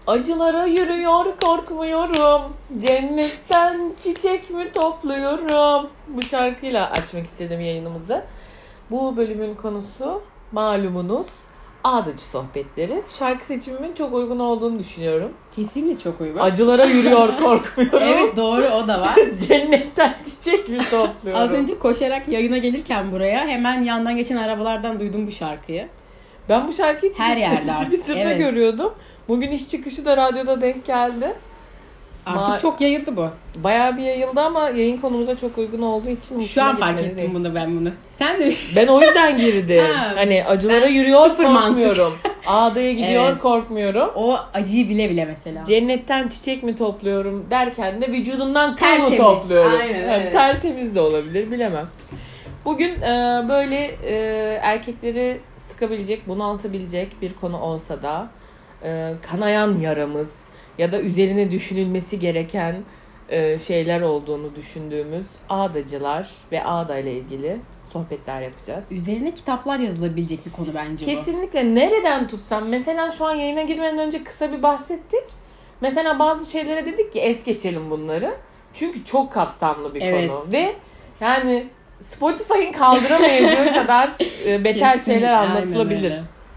Acılara yürüyor korkmuyorum. Cennetten çiçek mi topluyorum? Bu şarkıyla açmak istedim yayınımızı. Bu bölümün konusu malumunuz ağdacı sohbetleri. Şarkı seçimimin çok uygun olduğunu düşünüyorum. Kesinlikle çok uygun. Acılara yürüyor korkmuyorum. Evet, doğru, o da var. Cennetten çiçek mi topluyorum? Az önce koşarak yayına gelirken buraya hemen yandan geçen arabalardan duydum bu şarkıyı. Ben bu şarkıyı her yerde artık. Twitter'da görüyordum. Bugün iş çıkışı da radyoda denk geldi. Artık çok yayıldı bu. Bayağı bir yayıldı ama yayın konumuza çok uygun olduğu için. Şu an fark ettim bunu. Sen de. Ben o yüzden girdim. Hani acılara yürüyor korkmuyorum. Ağdaya gidiyor evet. Korkmuyorum. O acıyı bile bile mesela. Cennetten çiçek mi topluyorum derken de vücudumdan kıl mı topluyorum. Aynen, yani evet. Tertemiz de olabilir, bilemem. Bugün böyle erkekleri sıkabilecek, bunaltabilecek bir konu olsa da kanayan yaramız ya da üzerine düşünülmesi gereken şeyler olduğunu düşündüğümüz ağdacılar ve ağda ile ilgili sohbetler yapacağız. Üzerine kitaplar yazılabilecek bir konu bence bu. Kesinlikle. Nereden tutsam? Mesela şu an yayına girmeden önce kısa bir bahsettik. Mesela bazı şeylere dedik ki es geçelim bunları. Çünkü çok kapsamlı bir konu. Ve yani Spotify'ın kaldıramayacağı kadar beter şeyler anlatılabilir.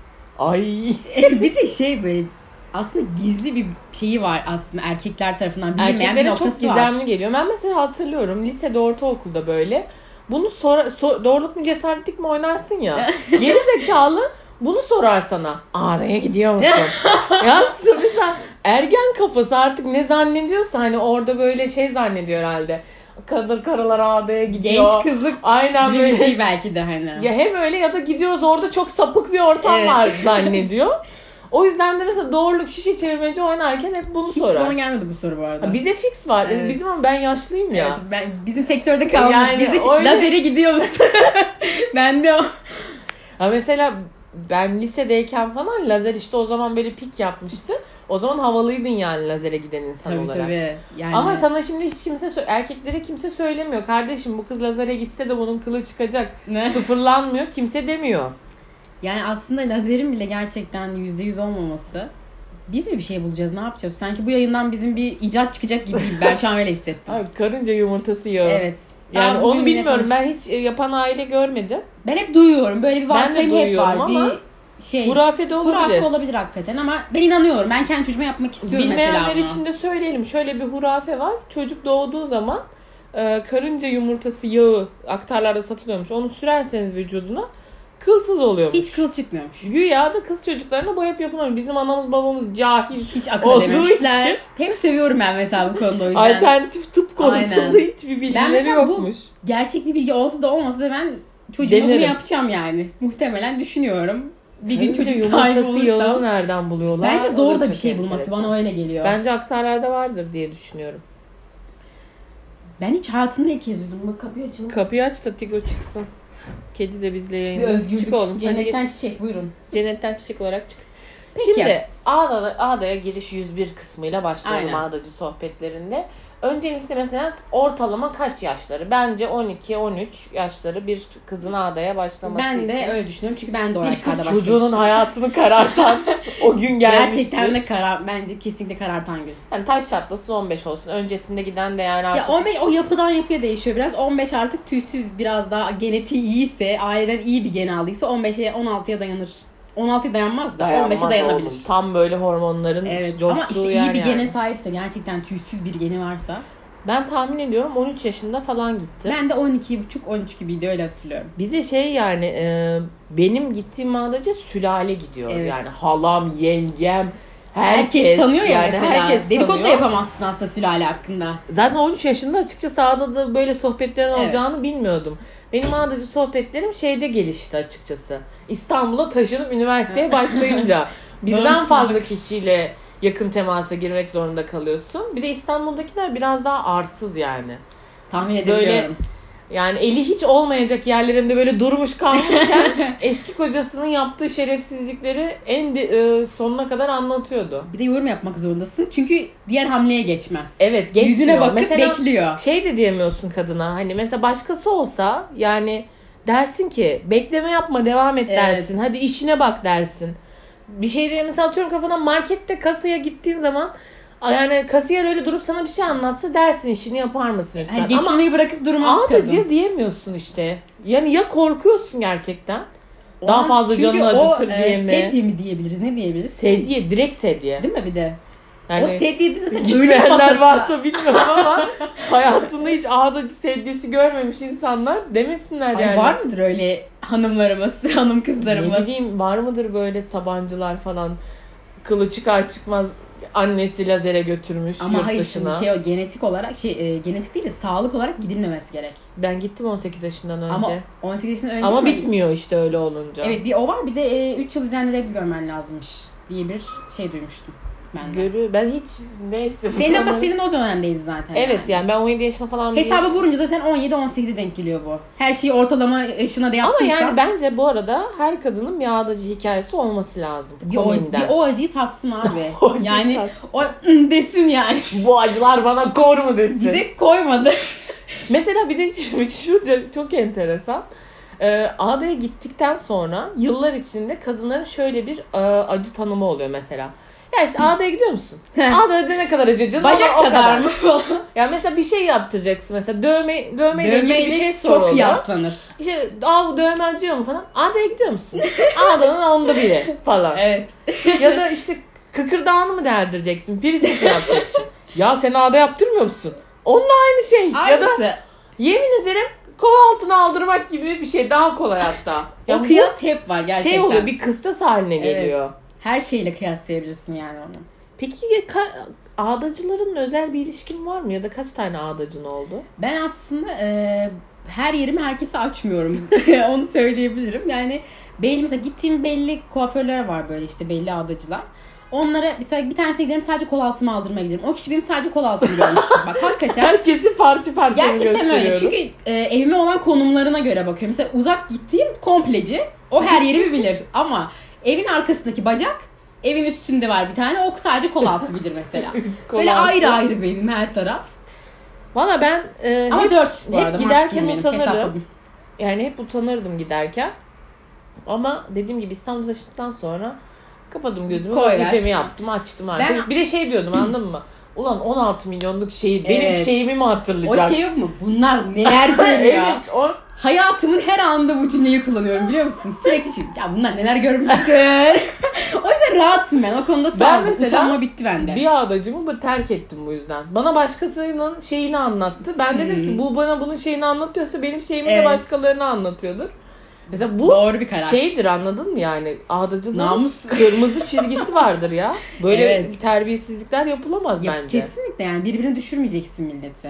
Ay. Bir de böyle aslında gizli bir şeyi var aslında erkekler tarafından bilinmeyen bir noktası var. Erkeklere çok gizemli geliyor. Ben mesela hatırlıyorum lisede, ortaokulda böyle. Bunu doğruluk mu cesaretlik mi oynarsın ya. Geri zekalı bunu sorar sana. Ağdaya gidiyor musun? Ya mesela ergen kafası artık ne zannediyorsa hani orada böyle şey zannediyor herhalde. Karılar ağdaya gidiyor. Genç kızlık aynen böyle bir şey belki de hani. Ya hem öyle ya da gidiyoruz orada çok sapık bir ortam var zannediyor. O yüzden de mesela doğruluk şişe çevirmeci oynarken hep bunu sorar. Hiç bana gelmedi bu soru bu arada. Bize fix var. Evet. Bizim ama ben yaşlıyım ya. Evet, bizim sektörde kaldık. Yani biz de lazere gidiyor musun? Ben de o. Ha mesela ben lisedeyken falan lazer işte o zaman böyle pik yapmıştı. O zaman havalıydın yani lazere giden insan olarak. Tabii. Yani. Ama sana şimdi hiç kimse erkeklere kimse söylemiyor. Kardeşim bu kız lazere gitse de bunun kılı çıkacak. Sıfırlanmıyor. Kimse demiyor. Yani aslında lazerin bile gerçekten %100 olmaması. Biz mi bir şey bulacağız? Ne yapacağız? Sanki bu yayından bizim bir icat çıkacak gibi değil. Ben şu an öyle hissettim. Abi, karınca yumurtası yağı. Evet. Yani onu bilmiyorum. Ben hiç yapan aile görmedim. Ben hep duyuyorum. Böyle bir varsayım hep var. Ama bir hurafe de olabilir. Hurafe olabilir hakikaten ama ben inanıyorum. Ben kendi çocuğuma yapmak istiyorum mesela bunu. Bilmeyenler için de söyleyelim. Şöyle bir hurafe var. Çocuk doğduğu zaman karınca yumurtası yağı aktarlarda satılıyormuş. Onu sürerseniz vücuduna kılsız oluyormuş. Hiç kıl çıkmıyormuş. Güya da kız çocuklarına boyap yapılıyor. Bizim anamız babamız cahil. Hiç akıl edememişler. Için. Hep sövüyorum ben mesela bu konuda o yüzden. Alternatif tıp konusunda hiçbir bilgileri yokmuş. Bu gerçek bir bilgi olsa da olmasa da ben çocuğuma bunu yapacağım yani. Muhtemelen düşünüyorum. Bir gün çocuk sahibi olursam. Yağı nereden buluyorlar? Bence zor da bir şey bulması. Bana öyle geliyor. Bence aktarlarda vardır diye düşünüyorum. Ben hiç hayatımda ilk kez duydum. Bak kapıyı açalım. Kapıyı aç da Tigo çıksın. Kedi de bizle yayınlıyor. Özgürlük. Çık oğlum. Cennetten çiçek buyurun. Cennetten çiçek olarak çık. Peki. Şimdi ağdaya giriş 101 kısmıyla başlayalım ağdacı sohbetlerinde. Öncelikle mesela ortalama kaç yaşları? Bence 12-13 yaşları bir kızın ağdaya başlaması için. Ben de öyle düşünüyorum çünkü ben de o yaşlarda başlamıştım. Çocuğunun hayatını karartan o gün gelmiştir. Gerçekten de bence kesinlikle karartan gün. Yani taş çatlasın 15 olsun. Öncesinde giden de yani artık. Ya 15 o yapıdan yapıya değişiyor biraz. 15 artık tüysüz biraz daha genetiği iyiyse, aileden iyi bir gen aldıysa 15'e 16'ya dayanır. 16'ya dayanmaz da 15'e dayanabilir. Oğlum. Tam böyle hormonların coştuğu ama işte iyi bir yani. gene sahipse, gerçekten tüysüz bir geni varsa. Ben tahmin ediyorum 13 yaşında falan gitti. Ben de 12,5-13 gibiydi, öyle hatırlıyorum. Bize yani benim gittiğim ağdaca sülale gidiyor. Evet. Yani halam, yengem, herkes tanıyor ya yani mesela. Herkes dedikodu da yapamazsın aslında sülale hakkında. Zaten 13 yaşında açıkçası ağdada böyle sohbetlerin olacağını bilmiyordum. Benim ağdacı sohbetlerim şeyde gelişti açıkçası. İstanbul'a taşınıp üniversiteye başlayınca birden fazla kişiyle yakın temasa girmek zorunda kalıyorsun. Bir de İstanbul'dakiler biraz daha arsız yani. Tahmin edebiliyorum. Böyle, yani eli hiç olmayacak yerlerinde böyle durmuş kalmışken eski kocasının yaptığı şerefsizlikleri sonuna kadar anlatıyordu. Bir de yorum yapmak zorundasın. Çünkü diğer hamleye geçmez. Evet, geçmiyor. Yüzüne bakıp mesela bekliyor. Şey de diyemiyorsun kadına. Hani mesela başkası olsa yani dersin ki bekleme yapma, devam et dersin. Hadi işine bak dersin. bir şey diye mesela atıyorum kafana, markette kasaya gittiğin zaman yani kasiyer öyle durup sana bir şey anlatsa dersin işini yapar mısın lütfen. Yani geçinmeyi bırakıp durmaz kadın. Ağdacıya diyemiyorsun işte. Yani ya korkuyorsun gerçekten. Daha fazla canını acıtır diye mi? Sedye mi diyebiliriz? Ne diyebiliriz? Sedye. Direkt sedye. Değil mi bir de? Yani, o sedye de zaten gitmeyenler varsa bilmiyorum ama hayatında hiç ağdacı sedyesi görmemiş insanlar demesinler yani. Var mıdır öyle hanımlarımız, hanım kızlarımız? Ne bileyim, var mıdır böyle Sabancılar falan, kılı çıkar çıkmaz annesi lazere götürmüş ama yurt hayır dışına. Şimdi o genetik olarak genetik değil de sağlık olarak gidilmemesi gerek. Ben gittim 18 yaşından önce. Ama 18 yaşından önce ama bitmiyor işte öyle olunca. Evet, bir o var, bir de 3 yıl üzerinde regl görmen lazımmış diye bir şey duymuştum. Ben hiç neyse. Senin o dönemdeydi zaten. Evet yani ben 17 yaşında falan hesaba vurunca zaten 17-18'e denk geliyor bu. Her şeyi ortalama yaşına da yaptıysan. Ama yani bence bu arada her kadının bir ağdacı hikayesi olması lazım. Bir o acıyı tatsın abi. Yani tatsın. O desin yani. Bu acılar bana kor mu desin. Bize koymadı. Mesela bir de şu çok enteresan. Ağdaya gittikten sonra yıllar içinde kadınların şöyle bir acı tanımı oluyor mesela. Ya işte ağdaya gidiyor musun? Ağdaya ne kadar acı? Bacak kadar mı? Ya mesela bir şey yaptıracaksın mesela dövmeyle ilgili bir şey sorulur. Çok kıyaslanır. İşte bu dövme acıyor mu falan. Ağdaya gidiyor musun? Ağdanın onda biri falan. Evet. Ya da işte kıkırdağını mı deldireceksin? Piercing mi yapacaksın? Ya sen ağda yaptırmıyor musun? Onunla aynı şey. Aynısı. Ya da yemin ederim kol altına aldırmak gibi bir şey, daha kolay hatta. Ya o kıyas hep var gerçekten. Şey oluyor, bir kıstas haline geliyor. Evet. Her şeyle kıyaslayabilirsin yani onu. Peki ağdacıların özel bir ilişkin var mı? Ya da kaç tane ağdacın oldu? Ben aslında her yerimi herkese açmıyorum. Onu söyleyebilirim. Yani mesela gittiğim belli kuaförler var, böyle işte belli ağdacılar. Onlara mesela bir tanesine giderim, sadece kol altımı aldırmaya giderim. O kişi benim sadece kol altımı görmüştür. Bak hakikaten. Herkesi parça parça gerçekten öyle. Çünkü evime olan konumlarına göre bakıyorum. Mesela uzak gittiğim kompleci. O her yerimi bilir. Ama evin arkasındaki bacak, evin üstünde var bir tane. O sadece kol altı bilir mesela. Böyle ayrı ayrı benim her taraf. Valla ben ama 4 bu arada. Hep giderken utanırdım. Yani hep utanırdım giderken. Ama dediğim gibi İstanbul'a taşındıktan sonra kapadım gözümü, vazifemi yaptım, açtım artık. Bir de şey diyordum, anladın mı? Ulan 16 milyonluk şehir, benim şeyimi mi hatırlayacak? O şey yok mu? Bunlar neler diyor ya. Evet, hayatımın her anında bu cümleyi kullanıyorum, biliyor musun? Sürekli çünkü ya bunlar neler görmüştür. O yüzden rahatım ben. O konuda sağlık, utanma bitti bende. Bir ağdacımı terk ettim bu yüzden. Bana başkasının şeyini anlattı. Ben dedim ki bu bana bunun şeyini anlatıyorsa benim şeyimi de başkalarına anlatıyordur. Mesela bu doğru bir karar. Şeydir, anladın mı yani? Ağdacılığın kırmızı çizgisi vardır ya. Böyle terbiyesizlikler yapılamaz bence. Kesinlikle yani birbirine düşürmeyeceksin milleti.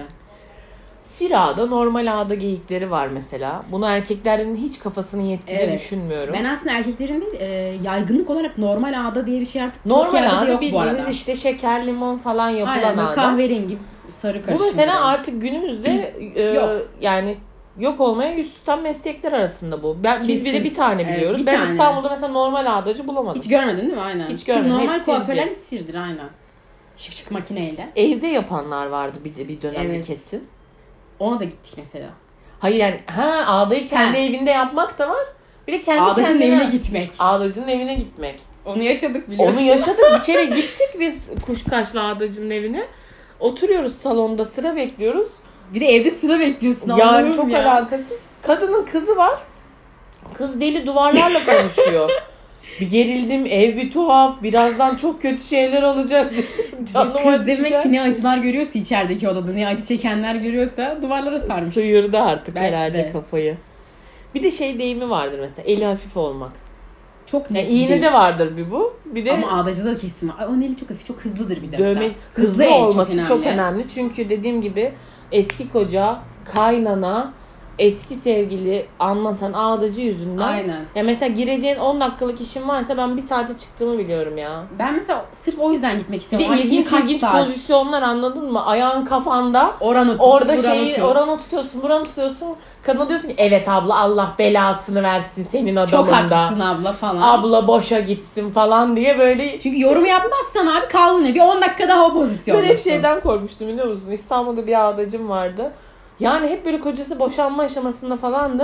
Sira'da normal ağda geyikleri var mesela. Bunu erkeklerin hiç kafasını yettiğini düşünmüyorum. Ben aslında erkeklerin değil, yaygınlık olarak normal ağda diye bir şey artık normal çok yerde yok bu arada. Bildiğimiz işte şeker, limon falan yapılan ağda. Kahverengi, sarı karışımı. Bu mesela artık günümüzde yani yok olmaya yüz tutan meslekler arasında bu. Biz bir de bir tane biliyoruz. Ben İstanbul'da mesela normal ağdacı bulamadım. Hiç görmedin değil mi? Aynen. Hiç görmedim. Çünkü normal kuaförler sirdir aynen. Şık makineyle. Evde yapanlar vardı bir dönem bir kesim. Ona da gittik mesela. Hayır yani ağdayı kendi evinde yapmak da var. Bir de ağdacının evine gitmek. Ağdacının evine gitmek. Onu yaşadık biliyorsun. Onu yaşadık. Bir kere gittik biz Kuşkaşlı ağdacının evine. Oturuyoruz salonda, sıra bekliyoruz. Bir de evde sıra bekliyorsun. Yani çok alakasız. Kadının kızı var. Kız deli duvarlarla konuşuyor. Bir gerildim, ev bir tuhaf. Birazdan çok kötü şeyler olacak. Kız demek ki ne acılar görüyorsa içerideki odada, ne acı çekenler görüyorsa duvarlara sarmış. Sıyırdı artık belki herhalde de. Kafayı. Bir de deyimi vardır mesela, eli hafif olmak. Çok net. İğne de vardır bu. Bir de ama ağdacı da kesin var. Onun eli çok hafif, çok hızlıdır bir de. Dövme hızlı olması çok önemli. Çünkü dediğim gibi eski koca, kaynana, eski sevgili anlatan ağdacı yüzünden. Aynen. Ya mesela gireceğin 10 dakikalık işin varsa ben 1 saate çıktığımı biliyorum ya. Ben mesela sırf o yüzden gitmek istiyorum. Bir ilginç pozisyonlar, anladın mı? Ayağın kafanda. Oranı tut, orada oranı tutuyorsun, buranı tutuyorsun. Kadına diyorsun ki evet abla, Allah belasını versin senin adamında. Çok haklısın abla falan. Abla boşa gitsin falan diye böyle. Çünkü yorum yapmazsan abi kaldın ya. Bir 10 dakika daha o pozisyonda. Ben hep şeyden korkmuştum, biliyor musun? İstanbul'da bir ağdacım vardı. Yani hep böyle kocası boşanma aşamasında falandı.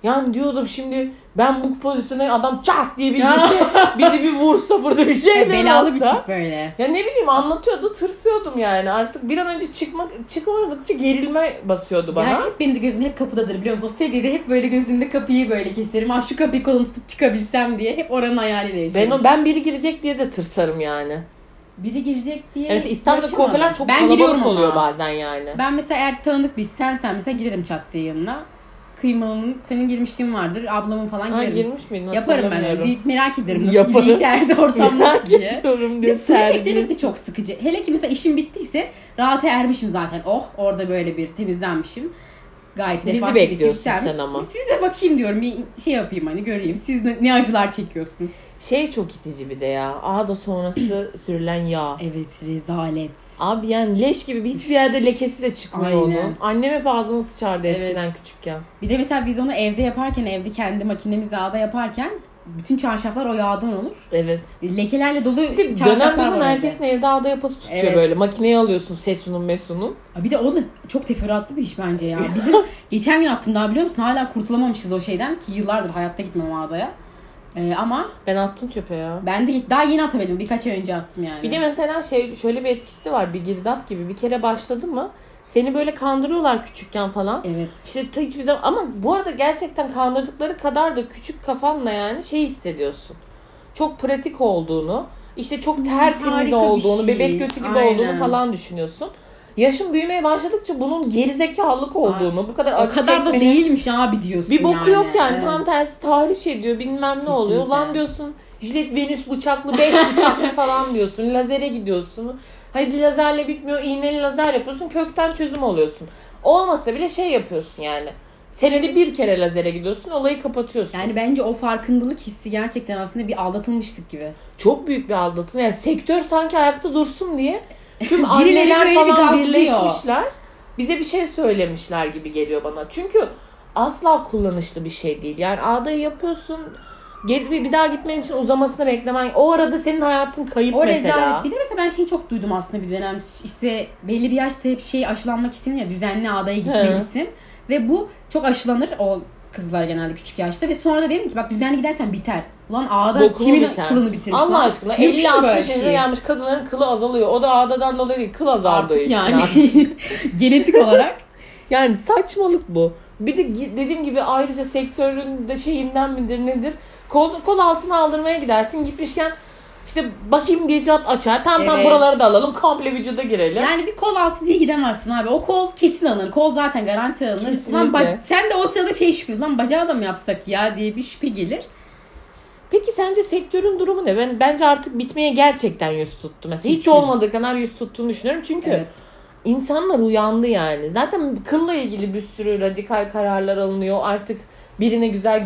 Yani diyordum şimdi ben bu pozisyona adam çat diye bir girse bizi bir vursa burada bir şey de belalı bir tip böyle. Ya ne bileyim anlatıyordu, tırsıyordum yani. Artık bir an önce çıkmadıkça gerilme basıyordu bana. Yani hep benim de gözüm hep kapıdadır biliyor musun? O sedyede hep böyle gözümde kapıyı böyle keserim. Şu kapıyı kolum tutup çıkabilsem diye hep oranın hayaliyle yaşıyorum. Ben biri girecek diye de tırsarım yani. Biri girecek diye. Evet, İstanbul'da kuaförler çok kalabalık oluyor bazen yani. Ben mesela eğer tanıdık bir sen mesela girerim çat diye yanına. Kıymalının senin girmişliğin vardır. Ablamın falan girerim. Ha, girmiş miydin? Yaparım ben öyle. Bir merak ederim nasıl gidiyor içeride ortam nasıl diye. Merak ediyorum diye. Sıra beklemek de çok sıkıcı. Hele ki mesela işim bittiyse rahata ermişim zaten. Orada böyle bir temizlenmişim. Gayet bizi bekliyorsun sen ama. Siz de bakayım diyorum. Bir şey yapayım hani göreyim. Siz ne acılar çekiyorsunuz. Çok itici bir de ya. Ağda sonrası sürülen yağ. Evet, rezalet. Abi yani leş gibi hiçbir yerde lekesi de çıkmıyor onun. Annem hep ağzımı sıçardı eskiden küçükken. Bir de mesela biz onu evde yaparken, evde kendi makinemizle ağda yaparken bütün çarşaflar o yağdan olur. Evet. Lekelerle dolu çarşaflar var. Dönem herkesin evde ağda yapası tutuyor böyle. Makineye alıyorsun Sesun'un Mesun'un. Bir de o da çok teferruatlı bir iş bence ya. Bizim geçen gün attım daha biliyor musun? Hala kurtulamamışız o şeyden ki yıllardır hayatta gitmem ağdaya. Ama ben attım çöpe ya. Ben de daha yeni atabildim. Birkaç ay önce attım yani. Bir de mesela şöyle bir etkisi de var. Bir girdap gibi. Bir kere başladı mı seni böyle kandırıyorlar küçükken falan. Evet. İşte hiçbir zaman ama bu arada gerçekten kandırdıkları kadar da küçük kafanla yani hissediyorsun. Çok pratik olduğunu, işte çok tertemiz olduğunu, bebek götü gibi olduğunu falan düşünüyorsun. Yaşın büyümeye başladıkça bunun gerizekalılık olduğunu, bu kadar acı çekmenin... O kadar da değilmiş abi diyorsun bir boku yok yani. Evet. Tam tersi tahriş ediyor, bilmem ne oluyor. Ulan diyorsun jilet Venüs bıçaklı, 5 bıçaklı falan diyorsun. Lazere gidiyorsun. Hadi lazerle bitmiyor, iğneli lazer yapıyorsun. Kökten çözüm oluyorsun. Olmasa bile yapıyorsun yani. Senede bir kere lazere gidiyorsun, olayı kapatıyorsun. Yani bence o farkındalık hissi gerçekten aslında bir aldatılmışlık gibi. Çok büyük bir aldatılma. Yani sektör sanki ayakta dursun diye tüm anneler falan birleşmişler. Bize bir şey söylemişler gibi geliyor bana. Çünkü asla kullanışlı bir şey değil. Yani ağdayı yapıyorsun, bir daha gitmen için uzamasını beklemen. O arada senin hayatın kayıp o mesela. Rezalet. Bir de mesela ben çok duydum aslında bir dönem. İşte belli bir yaşta hep aşılanmak istedin ya, düzenli ağdaya gitmelisin. Ve bu çok aşılanır o kızlar genelde küçük yaşta. Ve sonra da dedim ki bak düzenli gidersen biter. Ulan ağda kimin kılını bitirmiş Allah aşkına 50-60 yaşına gelmiş kadınların kılı azalıyor. O da ağdadan dolayı değil, kıl azaldığı için. Yani genetik olarak. Yani saçmalık bu. Bir de dediğim gibi ayrıca sektörün de midir nedir? Kol altına aldırmaya gidersin. Gitmişken işte bakayım diye açar. Tam buraları da alalım. Komple vücuda girelim. Yani bir kol altı diye gidemezsin abi. O kol kesin alınır. Kol zaten garanti alınır. Kesinlikle. Sen de o sırada şüphe. Lan bacağı da mı yapsak ya diye bir şüphe gelir. Peki sence sektörün durumu ne? Bence artık bitmeye gerçekten yüz tuttu. Mesela hiç olmadığı kadar yüz tuttuğunu düşünüyorum. Çünkü insanlar uyandı yani. Zaten kılla ilgili bir sürü radikal kararlar alınıyor. Artık birine güzel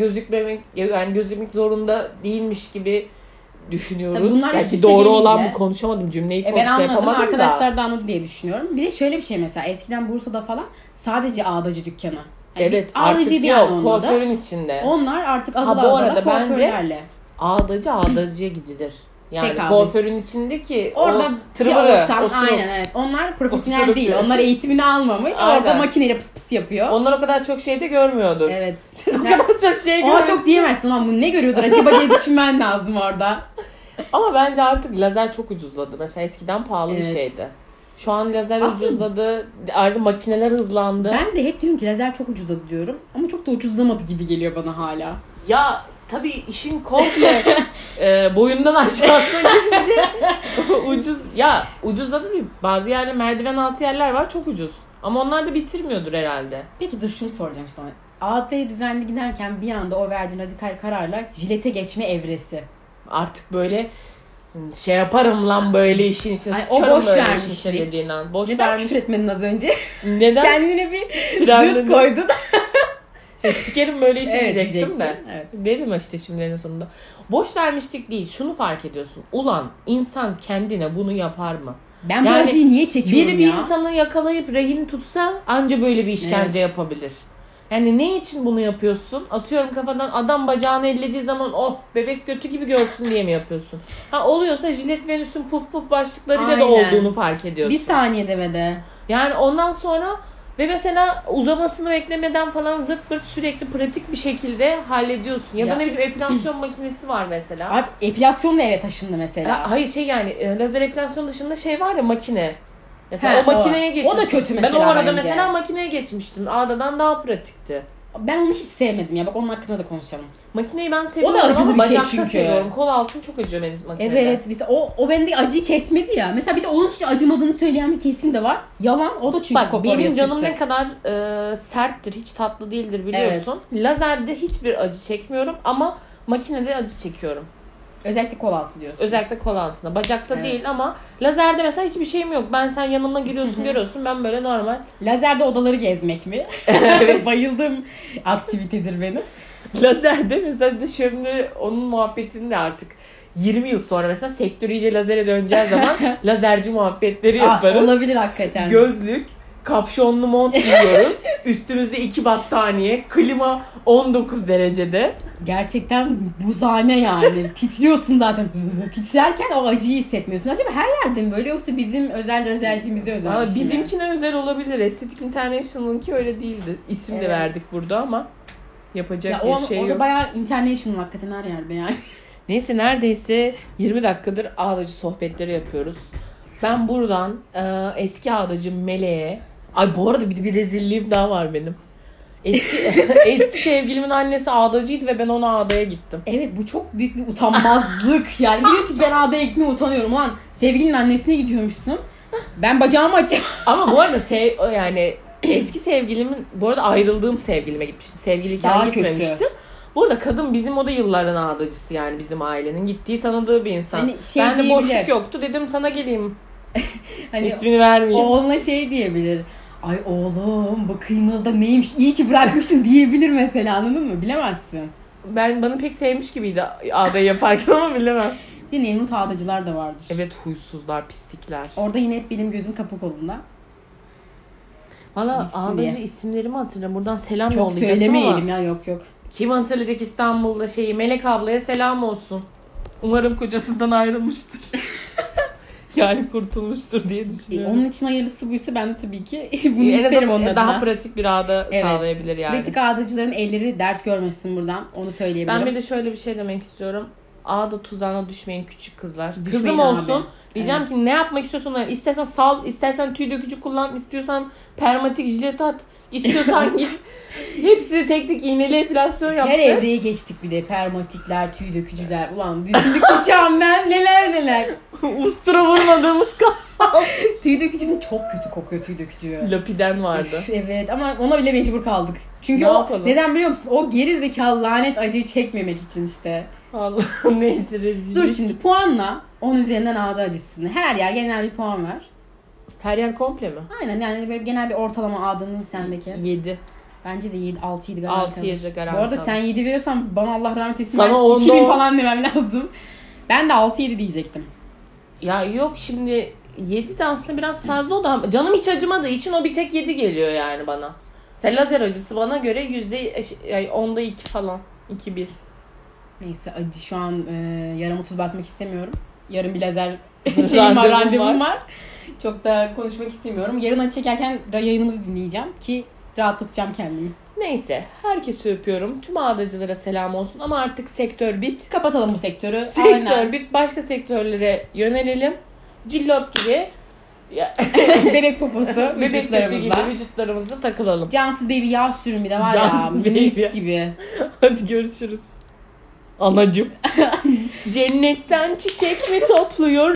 gözükmek zorunda değilmiş gibi düşünüyoruz. Belki doğru olan bu, konuşamadım cümleyi ben anladım. Arkadaşlar da anladı diye düşünüyorum. Bir de şöyle bir şey mesela eskiden Bursa'da falan sadece ağdacı dükkanı. Yani evet artık yok kuaförün içinde. Onlar artık azala kuaförlerle. Ağdacıya gidilir. Yani kuaförün içindeki orada o tırvırı. Aynen evet. Onlar profesyonel değil. Onlar eğitimini almamış. Aynen. Orada makineyle pıs pıs yapıyor. Onlar o kadar çok de görmüyordur. Evet. Siz o kadar çok görüyorsunuz. Ama çok diyemezsin lan bunu ne görüyordur acaba diye düşünmen lazım orada. Ama bence artık lazer çok ucuzladı. Mesela eskiden pahalı bir şeydi. Şu an lazer ucuzladı. Ayrıca makineler hızlandı. Ben de hep diyorum ki lazer çok ucuzladı diyorum. Ama çok da ucuzlamadı gibi geliyor bana hala. Ya tabii işin komple boyundan aşağısına gidince ucuz. Ya ucuzladı değil. Bazı yerler merdiven altı yerler var çok ucuz. Ama onlar da bitirmiyordur herhalde. Peki dur şunu soracağım sana. Ağdaya düzenli giderken bir anda o verdiğin radikal kararla jilete geçme evresi. Artık böyle yaparım lan böyle işin içine. O boş vermişlik. Neden küfür etmedin az önce? Neden? Kendine bir dıt koydun. Sikerim böyle işi diyecektim de. Evet. Dedim işte şimdinin sonunda. Boş vermişlik değil. Şunu fark ediyorsun. Ulan insan kendine bunu yapar mı? Ben bu acıyı niye çekiyorum ya? Bir insanı yakalayıp rehin tutsa anca böyle bir işkence yapabilir. Yani ne için bunu yapıyorsun? Atıyorum kafadan adam bacağını ellediği zaman of bebek götü gibi görsün diye mi yapıyorsun? Oluyorsa jilet Venüs'ün puf puf başlıklarıyla da olduğunu fark ediyorsun. Bir saniyede ve de. Yani ondan sonra Ve mesela uzamasını beklemeden falan zırt pırt sürekli pratik bir şekilde hallediyorsun. Ya da ne bileyim epilasyon makinesi var mesela. Abi epilasyon da eve taşındı mesela. Hayır yani lazer epilasyon dışında var ya makine. Mesela o makineye geçiyorsun. O da kötü mesela. Ben o arada mesela makineye geçmiştim. A'dan daha pratikti. Ben onu hiç sevmedim ya. Bak onun hakkında da konuşalım. Makineyi ben seviyorum. O da acılı bir şey çünkü. Seviyorum. Kol altım çok acıyor benim makinede. Evet. Mesela o bende acıyı kesmedi ya. Mesela bir de onun hiç acımadığını söyleyen bir kesim de var. Yalan. O da çünkü koparıyor. Benim canım ne kadar serttir, hiç tatlı değildir biliyorsun. Evet. Lazerde hiçbir acı çekmiyorum ama makinede acı çekiyorum. Özellikle kol altı diyorsun. Özellikle kol altında. Bacakta değil ama lazerde mesela hiçbir şeyim yok. Sen yanıma giriyorsun, görüyorsun. Ben böyle normal. Lazerde odaları gezmek mi? Evet. Bayıldığım aktivitedir benim. Lazerde mesela şimdi onun muhabbetini de artık 20 yıl sonra mesela sektör iyice lazere döneceği zaman lazerci muhabbetleri yaparız. Olabilir hakikaten. Gözlük, kapşonlu mont giyiyoruz. Üstümüzde 2 battaniye, klima 19 derecede. Gerçekten buzhane yani. Titriyorsun zaten. Titrerken o acıyı hissetmiyorsun. Acaba her yerde mi böyle yoksa bizim özel lazercimizde özel bir şey mi? Bizimkine özel olabilir. Estetik International'ınki öyle değildi. İsim de verdik burada ama yapacak bir şey yok. O da bayağı international hakikaten her yerde yani. Neyse neredeyse 20 dakikadır ağdacı sohbetleri yapıyoruz. Ben buradan eski ağdacım Meleğe... Ay bu arada bir rezilliğim daha var benim. Eski sevgilimin annesi ağdacıydı ve ben ona ağdaya gittim. Evet bu çok büyük bir utanmazlık. Yani biliyorsun ki ben ağdaya gitmeye utanıyorum. Ulan sevgilinin annesine gidiyormuşsun. Ben bacağımı açayım. Ama bu arada yani eski sevgilimin... Bu arada ayrıldığım sevgilime gitmiştim. Sevgiliyken gitmemiştim. Kötü. Bu arada kadın bizim o da yılların ağdacısı yani bizim ailenin gittiği tanıdığı bir insan. Hani bende boşluk yoktu dedim sana geleyim. Hani İsmini vermeyeyim. Oğluna diyebilir. Ay oğlum bu kıymalıda neymiş iyi ki bırakmışsın diyebilir mesela anladın mı? Bilemezsin. Bana pek sevmiş gibiydi ağdayı yaparken ama bilemem. Bir de Nemrut ağdacılar da vardır. Evet huysuzlar, pislikler. Orada yine hep benim gözüm kapı kolunda. Valla ağdacı isimlerimi hatırlıyorum. Buradan selam çok yollayacaktım söylemeyelim ya yok. Kim hatırlayacak İstanbul'da Melek ablaya selam olsun. Umarım kocasından ayrılmıştır. Yani kurtulmuştur diye düşünüyorum. Onun için hayırlısı buysa ben de tabii ki bunu isterim onun adına. Daha pratik bir ağda sağlayabilir yani. Pratik ağdacıların elleri dert görmesin buradan. Onu söyleyebilirim. Ben bir de şöyle bir şey demek istiyorum. Ağda tuzağına düşmeyin küçük kızlar. Düşmeyin kızım olsun. Abi. Diyeceğim ki ne yapmak istiyorsan istersen sal, istersen tüy dökücü kullan, istiyorsan permatik jilet at, istiyorsan git. Hepsi tek tek iğneli epilasyon yaptı. Her evreye geçtik bir de. Permatikler, tüy dökücüler. Ulan düşündükçe şu an ben neler. Ustura vurmadığımız kaldı. Tüy dökücünün çok kötü kokuyor tüy dökücü. Lapiden vardı. Evet ama ona bile mecbur kaldık. Çünkü neden biliyor musun? O geri zekalı lanet acıyı çekmemek için işte. Allah'ım neyse rezil. Dur şimdi puanla 10 üzerinden ağda acısını. Her yer genel bir puan ver. Her yer komple mi? Aynen yani böyle genel bir ortalama ağdanın sendeki. 7. Bence de 7, 6-7 garanti. 6-7 garanti. Bu arada sen 7 veriyorsan bana Allah rahmet etsin. Sana 2000 falan demem lazım. Ben de 6-7 diyecektim. Ya yok şimdi 7 de aslında biraz fazla oldu ama canım hiç acımadığı için o bir tek 7 geliyor yani bana. Sen lazer acısı bana göre %10'da 2 falan. 2-1. Neyse acı şu an yarama tuz basmak istemiyorum. Yarın bir lazer randevum var. Çok da konuşmak istemiyorum. Yarın acı çekerken yayınımızı dinleyeceğim ki rahatlatacağım kendimi. Neyse herkesi öpüyorum. Tüm ağdacılara selam olsun ama artık sektör bit. Kapatalım bu sektörü. Sektör bit. Başka sektörlere yönelelim. Cillop gibi. Bebek poposu vücutlarımızla takılalım. Cansız baby yağ sürümü de var ya. Mis gibi. Hadi görüşürüz. Anacığım. Cennetten çiçek mi topluyor?